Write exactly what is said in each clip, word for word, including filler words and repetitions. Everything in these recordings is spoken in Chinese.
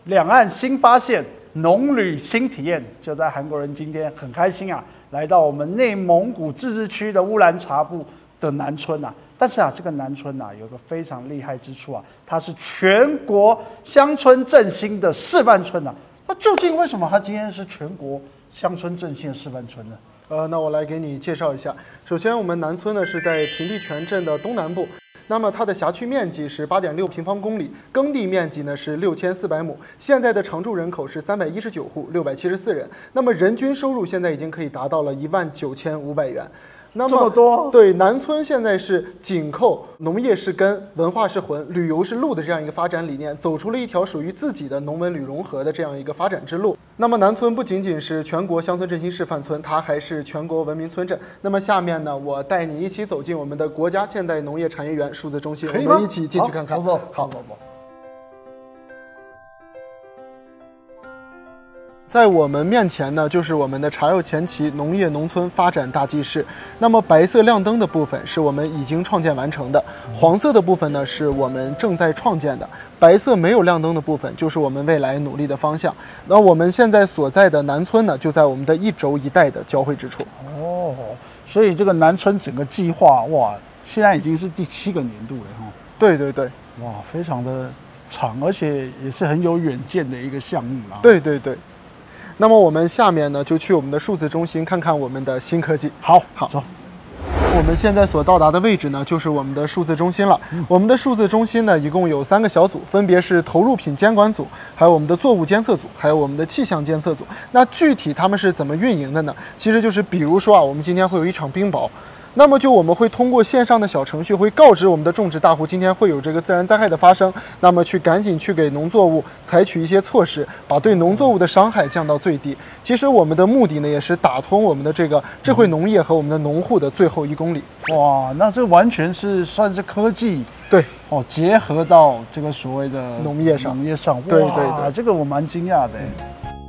两岸新发现，农旅新体验，就在韩国人今天很开心啊，来到我们内蒙古自治区的乌兰察布的南村啊。但是啊，这个南村啊，有个非常厉害之处啊，它是全国乡村振兴的示范村啊。那究竟为什么它今天是全国乡村振兴的示范村呢？ 呃，那我来给你介绍一下。首先，我们南村呢是在平地全镇的东南部，那么它的辖区面积是八点六平方公里，耕地面积呢是六千四百亩，现在的常住人口是三百一十九户，六百七十四人。那么人均收入现在已经可以达到了一万九千五百元。那么这么多？ 对，南村现在是紧扣农业是根、文化是魂、旅游是路的这样一个发展理念，走出了一条属于自己的农文旅融合的这样一个发展之路。那么南村不仅仅是全国乡村振兴示范村，它还是全国文明村镇。那么下面呢，我带你一起走进我们的国家现代农业产业园数字中心，我们一起进去看看。 走走， 好， 走走。 在我们面前呢，就是我们的茶药前旗农业农村发展大记事。那么白色亮灯的部分是我们已经创建完成的，黄色的部分呢是我们正在创建的，白色没有亮灯的部分就是我们未来努力的方向。那我们现在所在的南村呢，就在我们的一轴一带的交汇之处。 哦，所以这个南村整个计划哇，现在已经是第七个年度了哈。 对对对， 哇，非常的长，而且也是很有远见的一个项目啦。 对对对。那么我们下面呢，就去我们的数字中心看看我们的新科技。 好， 好， 走。 我们现在所到达的位置呢，就是我们的数字中心了。嗯、我们的数字中心呢，一共有三个小组，分别是投入品监管组，还有我们的作物监测组，还有我们的气象监测组。那具体他们是怎么运营的呢？其实就是比如说啊，我们今天会有一场冰雹。那么就我们会通过线上的小程序会告知我们的种植大户今天会有这个自然灾害的发生，那么去赶紧去给农作物采取一些措施，把对农作物的伤害降到最低。其实我们的目的呢，也是打通我们的这个智慧农业和我们的农户的最后一公里。 哇，那这完全是算是科技对哦，结合到这个所谓的农业上， 农业上， 对对对， 这个我蛮惊讶的。嗯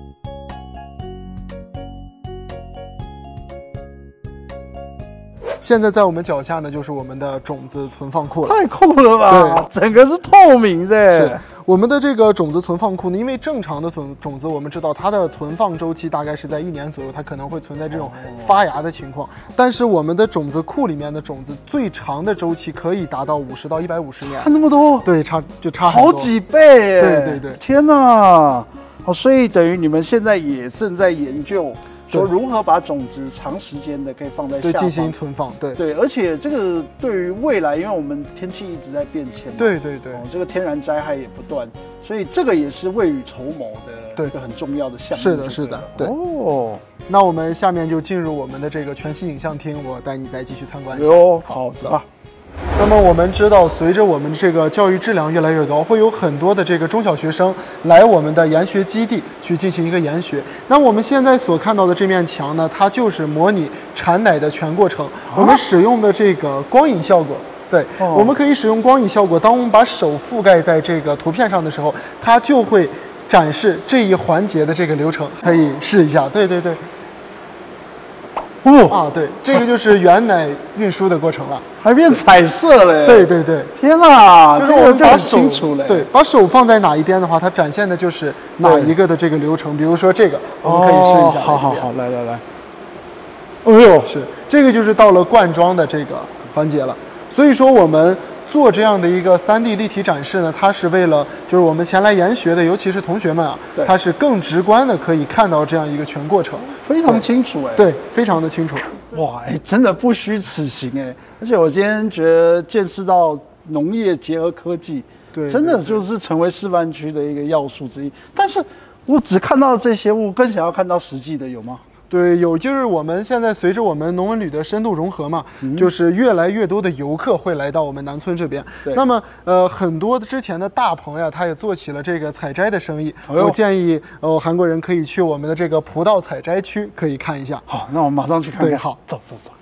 现在在我们脚下呢，就是我们的种子存放库了。 太酷了吧！对，整个是透明的。 是我们的这个种子存放库呢，因为正常的种种子，我们知道它的存放周期大概是在一年左右，它可能会存在这种发芽的情况。哦、但是我们的种子库里面的种子最长的周期可以达到五十到一百五十年。 差那么多？ 对，差就差很多好几倍。 对对对， 天哪！哦，所以等于你们现在也正在研究。说如何把种子长时间的可以放在下方对进行存放，对对，而且这个对于未来，因为我们天气一直在变迁嘛， 对对对、 哦，这个天然灾害也不断，所以这个也是未雨绸缪的一个很重要的项目。 是的，是的，对。 哦， 那我们下面就进入我们的这个全息影像厅，我带你再继续参观一下。 哟，好的。 那么我们知道，随着我们这个教育质量越来越高，会有很多的这个中小学生来我们的研学基地去进行一个研学。那我们现在所看到的这面墙呢，它就是模拟产奶的全过程。啊、我们使用的这个光影效果，对，哦、我们可以使用光影效果。当我们把手覆盖在这个图片上的时候，它就会展示这一环节的这个流程。可以试一下，对对对。 哦啊，对，这个就是原奶运输的过程了， 还变彩色了。 对对对， 天哪， 就是我们把手清楚了。 对，把手放在哪一边的话，它展现的就是哪一个的这个流程。比如说这个，我们可以试一下。 好好好，来来来。哎呦， 是这个就是到了灌装的这个环节了。所以说我们做这样的一个 三 D 立体展示呢，它是为了就是我们前来研学的，尤其是同学们啊，它是更直观的可以看到这样一个全过程， 非常清楚哎， 对，非常的清楚。 哇，哎，真的不虚此行哎！而且我今天觉得见识到农业结合科技， 对， 真的就是成为示范区的一个要素之一。但是我只看到这些，我更想要看到实际的，有吗？ 对，有，就是我们现在随着我们农文旅的深度融合嘛，嗯、就是越来越多的游客会来到我们南村这边。那么，呃，很多之前的大棚呀，他也做起了这个采摘的生意。哎、我建议，呃，韩国人可以去我们的这个葡萄采摘区可以看一下。 好，那我们马上去看看。 对，好， 走走走。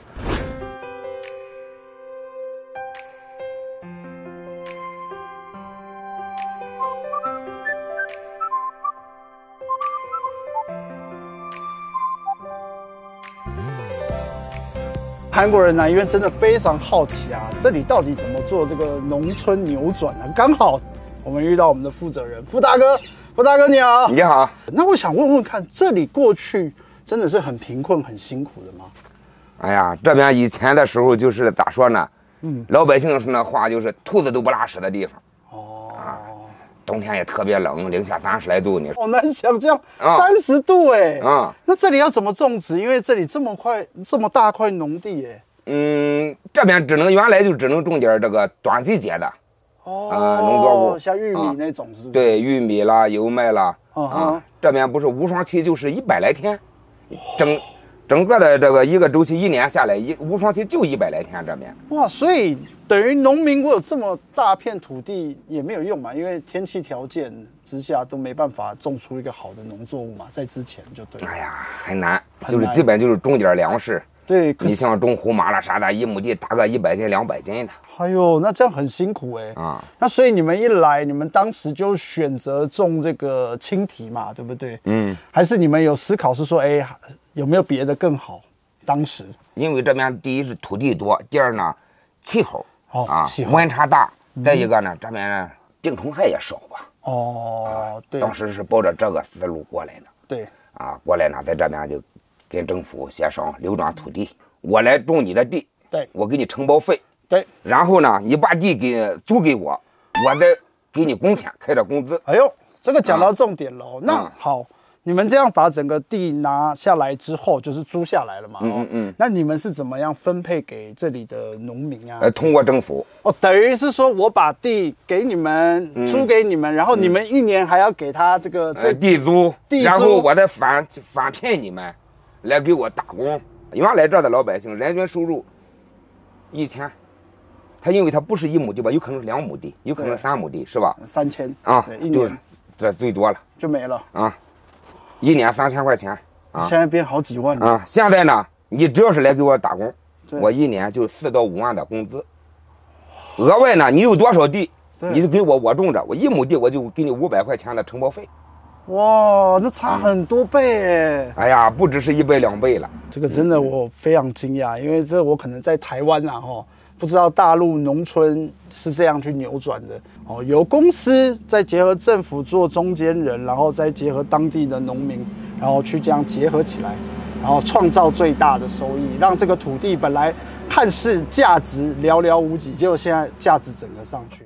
韩国人呢、啊，因为真的非常好奇啊，这里到底怎么做这个农村扭转呢？刚好我们遇到我们的负责人傅大哥， 郭大哥你好。 你好。 那我想问问看，这里过去真的是很贫困、很辛苦的吗？ 哎呀，这边以前的时候就是咋说呢？嗯，老百姓说那话就是兔子都不拉屎的地方。哦。啊，冬天也特别冷，零下三十来度，你好难想象，三十度哎。 啊、嗯。 那这里要怎么种植？因为这里这么块、这么大块农地哎。 嗯，这边只能原来就只能种点这个短季节的。 哦。啊、呃，农作物，像玉米那种是不是？ 对，玉米啦、油麦啦。 啊、 uh huh. 啊，这边不是无霜期就是一百来天，整整个的这个一个周期一年下来，一无霜期就一百来天这边。 哇，所以等于农民我有这么大片土地也没有用嘛，因为天气条件之下都没办法种出一个好的农作物嘛，在之前就对。 哎呀，很难，就是基本就是种点粮食。 对， 你像种胡麻啦啥的，一亩地打个一百斤、两百斤的。 哎呦，那这样很辛苦哎、欸。啊，那所以你们一来，你们当时就选择种这个青提嘛，对不对？嗯。还是你们有思考是说，哎，有没有别的更好？当时， 因为这边第一是土地多，第二呢，气候哦啊， 气候温差大，再一个呢，这边病虫害也少吧。 哦，对。 当时是抱着这个思路过来的。 对。 啊，过来呢，在这边就。跟政府协商流转土地，我来种你的地， 对， 我给你承包费， 对， 然后呢，你把地给租给我，我再给你工钱，开点工资。 哎呦，这个讲到重点喽。啊、那、嗯、好，你们这样把整个地拿下来之后，就是租下来了嘛？嗯嗯嗯。那你们是怎么样分配给这里的农民啊？ 呃，通过政府。 哦，等于是说我把地给你们，嗯、租给你们，然后你们一年还要给他这个、 嗯、这地租， 地租， 然后我再返返聘你们。来给我打工，原来这的老百姓人均收入一千，他因为他不是一亩地吧，有可能是两亩地，有可能是三亩地，是吧？ 三千啊， 一年这最多了就没了啊，一年三千块钱啊， 现在变好几万了啊！现在呢，你只要是来给我打工，我一年就四到五万的工资，额外呢，你有多少地，你就给我我种着，我一亩地我就给你五百块钱的承包费。 哇，那差很多倍哎！ 哎呀，不只是一倍两倍了。 这个真的我非常惊讶，因为这我可能在台湾啊，哈，不知道大陆农村是这样去扭转的哦。由公司再结合政府做中间人，然后再结合当地的农民，然后去这样结合起来，然后创造最大的收益，让这个土地本来看似价值寥寥无几，结果现在价值整个上去。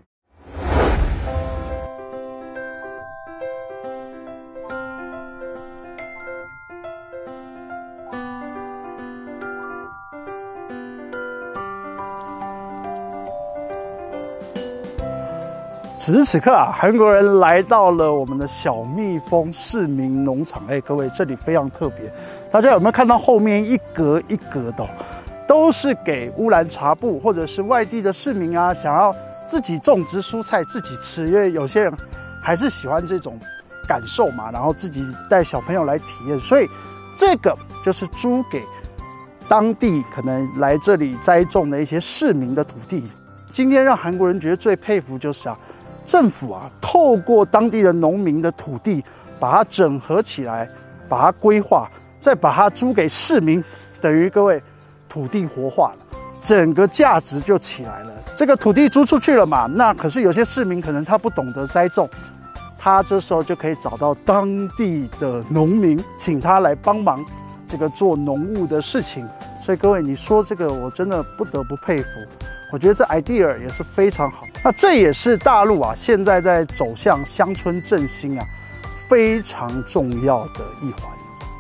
此时此刻啊，韩国人来到了我们的小蜜蜂市民农场。哎，各位，这里非常特别，大家有没有看到后面一格一格的，都是给乌兰察布或者是外地的市民啊，想要自己种植蔬菜自己吃，因为有些人还是喜欢这种感受嘛，然后自己带小朋友来体验，所以这个就是租给当地可能来这里栽种的一些市民的土地。今天让韩国人觉得最佩服就是啊。政府啊，透过当地的农民的土地，把它整合起来，把它规划，再把它租给市民，等于各位土地活化了，整个价值就起来了。这个土地租出去了嘛，那可是有些市民可能他不懂得栽种，他这时候就可以找到当地的农民，请他来帮忙这个做农务的事情。所以各位，你说这个我真的不得不佩服。我觉得这 idea 也是非常好，那这也是大陆啊现在在走向乡村振兴啊非常重要的一环。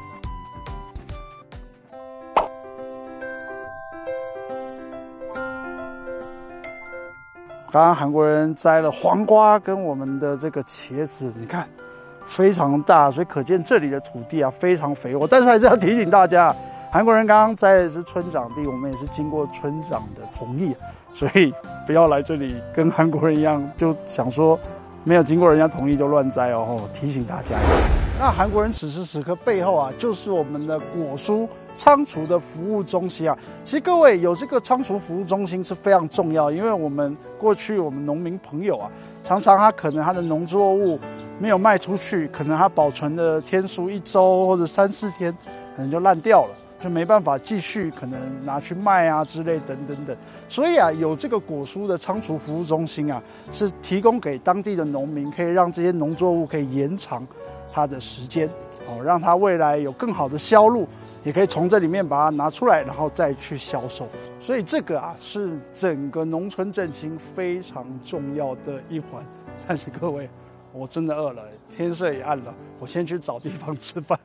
刚刚韩国人摘了黄瓜跟我们的这个茄子，你看非常大，所以可见这里的土地啊非常肥沃。但是还是要提醒大家，韩国人刚刚摘的是村长地，我们也是经过村长的同意。所以不要来这里跟韩国人一样，就想说没有经过人家同意就乱摘哦。提醒大家。那韩国人此时此刻背后啊，就是我们的果蔬仓储的服务中心啊。其实各位有这个仓储服务中心是非常重要，因为我们过去我们农民朋友啊，常常他可能他的农作物没有卖出去，可能他保存的天数一周或者三四天，可能就烂掉了。 就没办法继续可能拿去卖啊之类等等等。所以啊，有这个果蔬的仓储服务中心啊，是提供给当地的农民，可以让这些农作物可以延长它的时间，哦，让它未来有更好的销路，也可以从这里面把它拿出来，然后再去销售。所以这个啊，是整个农村振兴非常重要的一环。但是各位，我真的饿了，天色也暗了，我先去找地方吃饭。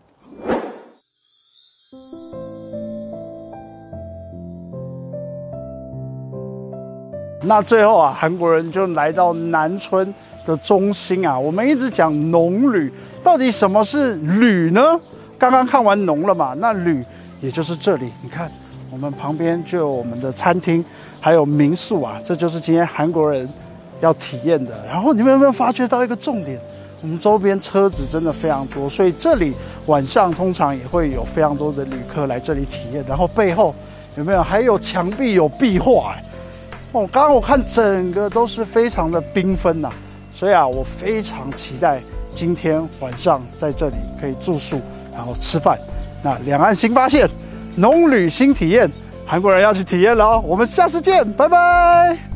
那最后啊，韩国人就来到南村的中心啊。我们一直讲农旅，到底什么是旅呢？刚刚看完农了嘛，那旅也就是这里。你看，我们旁边就有我们的餐厅，还有民宿啊，这就是今天韩国人要体验的。然后你们有没有发觉到一个重点？我们周边车子真的非常多，所以这里晚上通常也会有非常多的旅客来这里体验。然后背后有没有还有墙壁有壁画、欸？哦，刚刚我看整个都是非常的缤纷呐，所以啊，我非常期待今天晚上在这里可以住宿，然后吃饭。那两岸新发现，农旅新体验，韩国人要去体验了哦。我们下次见，拜拜。